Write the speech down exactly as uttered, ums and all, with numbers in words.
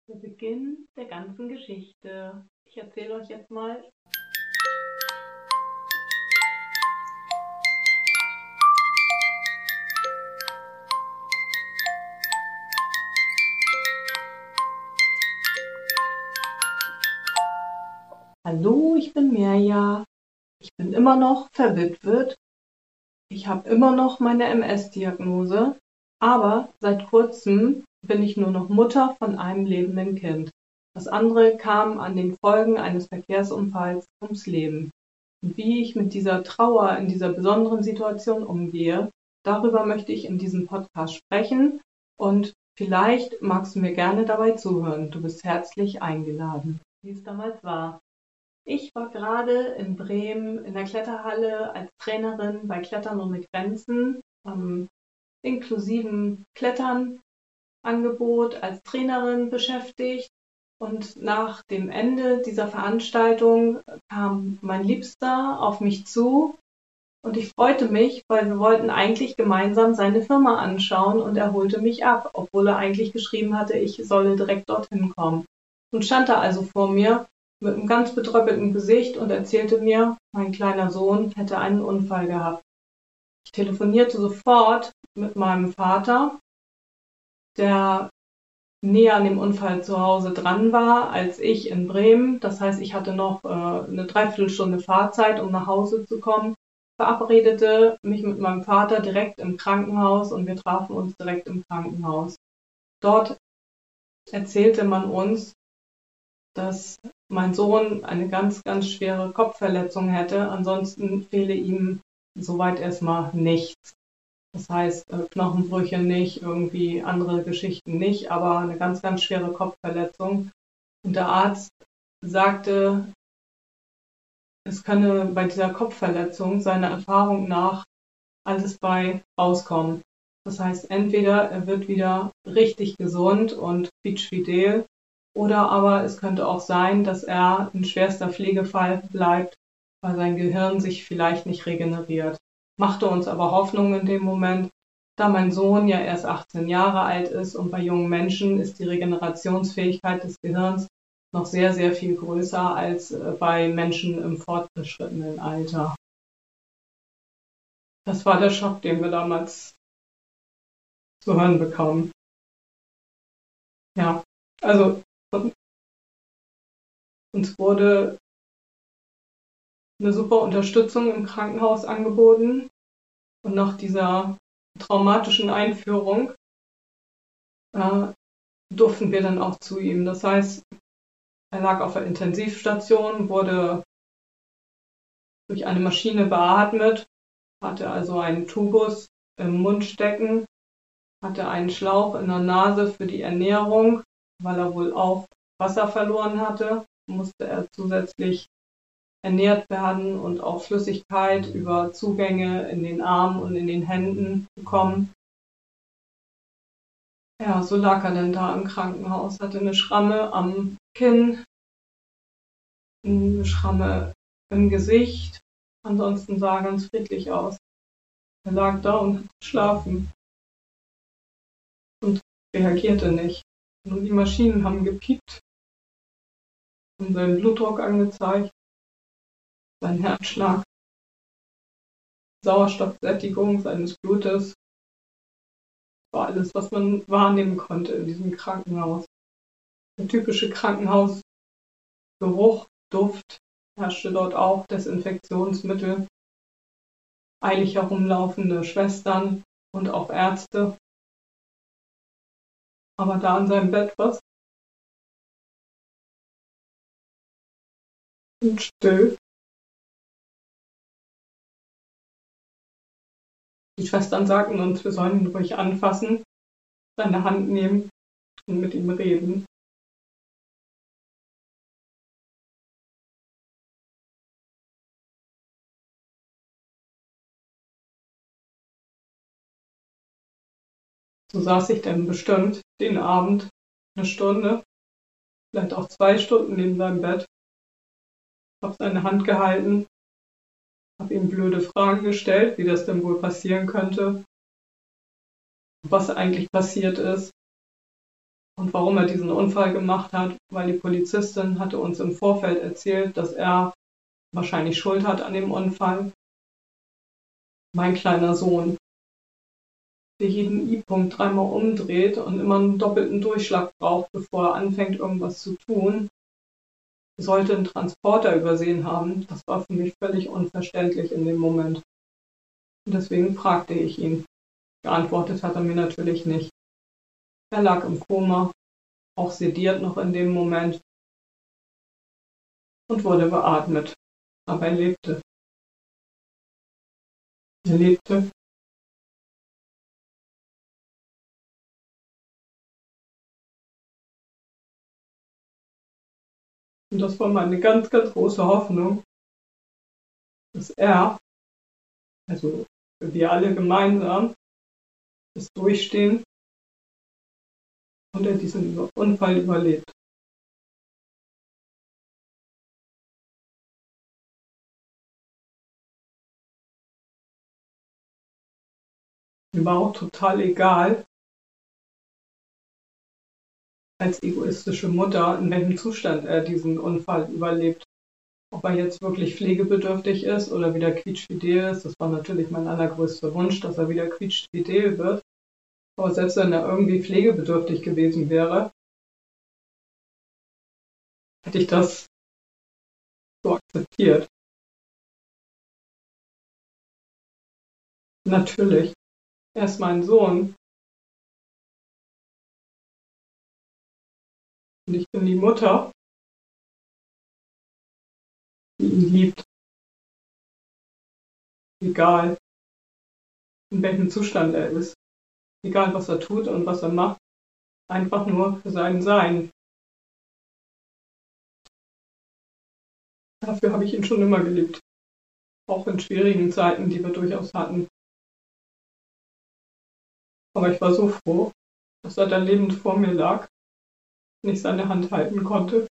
Der Beginn der ganzen Geschichte. Ich erzähle euch jetzt mal. Hallo, ich bin Mirja. Ich bin immer noch verwitwet. Ich habe immer noch meine M S-Diagnose, aber seit kurzem bin ich nur noch Mutter von einem lebenden Kind. Das andere kam an den Folgen eines Verkehrsunfalls ums Leben. Und wie ich mit dieser Trauer in dieser besonderen Situation umgehe, darüber möchte ich in diesem Podcast sprechen und vielleicht magst du mir gerne dabei zuhören. Du bist herzlich eingeladen. Wie es damals war. Ich war gerade in Bremen in der Kletterhalle als Trainerin bei Klettern ohne Grenzen, am inklusiven Klettern-Angebot als Trainerin beschäftigt. Und nach dem Ende dieser Veranstaltung kam mein Liebster auf mich zu und ich freute mich, weil wir wollten eigentlich gemeinsam seine Firma anschauen und er holte mich ab, obwohl er eigentlich geschrieben hatte, ich solle direkt dorthin kommen. Nun stand er also vor mir mit einem ganz betröppelten Gesicht und erzählte mir, mein kleiner Sohn hätte einen Unfall gehabt. Ich telefonierte sofort mit meinem Vater, der näher an dem Unfall zu Hause dran war als ich in Bremen. Das heißt, ich hatte noch äh, eine Dreiviertelstunde Fahrzeit, um nach Hause zu kommen. Verabredete mich mit meinem Vater direkt im Krankenhaus und wir trafen uns direkt im Krankenhaus. Dort erzählte man uns, dass mein Sohn eine ganz, ganz schwere Kopfverletzung hätte. Ansonsten fehle ihm soweit erstmal nichts. Das heißt, Knochenbrüche nicht, irgendwie andere Geschichten nicht, aber eine ganz, ganz schwere Kopfverletzung. Und der Arzt sagte, es könne bei dieser Kopfverletzung seiner Erfahrung nach alles bei rauskommen. Das heißt, entweder er wird wieder richtig gesund und quietschfidel, oder aber es könnte auch sein, dass er ein schwerster Pflegefall bleibt, weil sein Gehirn sich vielleicht nicht regeneriert. Machte uns aber Hoffnung in dem Moment, da mein Sohn ja erst achtzehn Jahre alt ist und bei jungen Menschen ist die Regenerationsfähigkeit des Gehirns noch sehr, sehr viel größer als bei Menschen im fortgeschrittenen Alter. Das war der Schock, den wir damals zu hören bekamen. Ja, also uns wurde eine super Unterstützung im Krankenhaus angeboten und nach dieser traumatischen Einführung äh, durften wir dann auch zu ihm. Das heißt, er lag auf der Intensivstation, wurde durch eine Maschine beatmet, hatte also einen Tubus im Mund stecken, hatte einen Schlauch in der Nase für die Ernährung, weil er wohl auch Wasser verloren hatte, musste er zusätzlich ernährt werden und auch Flüssigkeit über Zugänge in den Armen und in den Händen bekommen. Ja, so lag er dann da im Krankenhaus, hatte eine Schramme am Kinn, eine Schramme im Gesicht, ansonsten sah er ganz friedlich aus. Er lag da und hat geschlafen und reagierte nicht. Nur die Maschinen haben gepiept und seinen Blutdruck angezeigt, sein Herzschlag, Sauerstoffsättigung seines Blutes. Das war alles, was man wahrnehmen konnte in diesem Krankenhaus. Der typische Krankenhausgeruch, Duft herrschte dort auch, Desinfektionsmittel, eilig herumlaufende Schwestern und auch Ärzte. Aber da an seinem Bett war es still. Die Schwestern sagten uns, wir sollen ihn ruhig anfassen, seine Hand nehmen und mit ihm reden. So saß ich dann bestimmt den Abend eine Stunde, vielleicht auch zwei Stunden neben seinem Bett, habe seine Hand gehalten, habe ihm blöde Fragen gestellt, wie das denn wohl passieren könnte, was eigentlich passiert ist. Und warum er diesen Unfall gemacht hat, weil die Polizistin hatte uns im Vorfeld erzählt, dass er wahrscheinlich Schuld hat an dem Unfall. Mein kleiner Sohn, der jeden I-Punkt dreimal umdreht und immer einen doppelten Durchschlag braucht, bevor er anfängt, irgendwas zu tun, sollte einen Transporter übersehen haben. Das war für mich völlig unverständlich in dem Moment. Und deswegen fragte ich ihn. Geantwortet hat er mir natürlich nicht. Er lag im Koma, auch sediert noch in dem Moment und wurde beatmet. Aber er lebte. Er lebte. Und das war meine ganz, ganz große Hoffnung, dass er, also wir alle gemeinsam, das durchstehen und er diesen Unfall überlebt. Mir war auch total egal, als egoistische Mutter, in welchem Zustand er diesen Unfall überlebt. Ob er jetzt wirklich pflegebedürftig ist oder wieder quietschfidel ist, das war natürlich mein allergrößter Wunsch, dass er wieder quietschfidel wird. Aber selbst wenn er irgendwie pflegebedürftig gewesen wäre, hätte ich das so akzeptiert. Natürlich, er ist mein Sohn und ich bin die Mutter, die ihn liebt, egal in welchem Zustand er ist, egal was er tut und was er macht, einfach nur für sein Sein. Dafür habe ich ihn schon immer geliebt, auch in schwierigen Zeiten, die wir durchaus hatten. Aber ich war so froh, dass er da lebend vor mir lag und ich seine Hand halten konnte.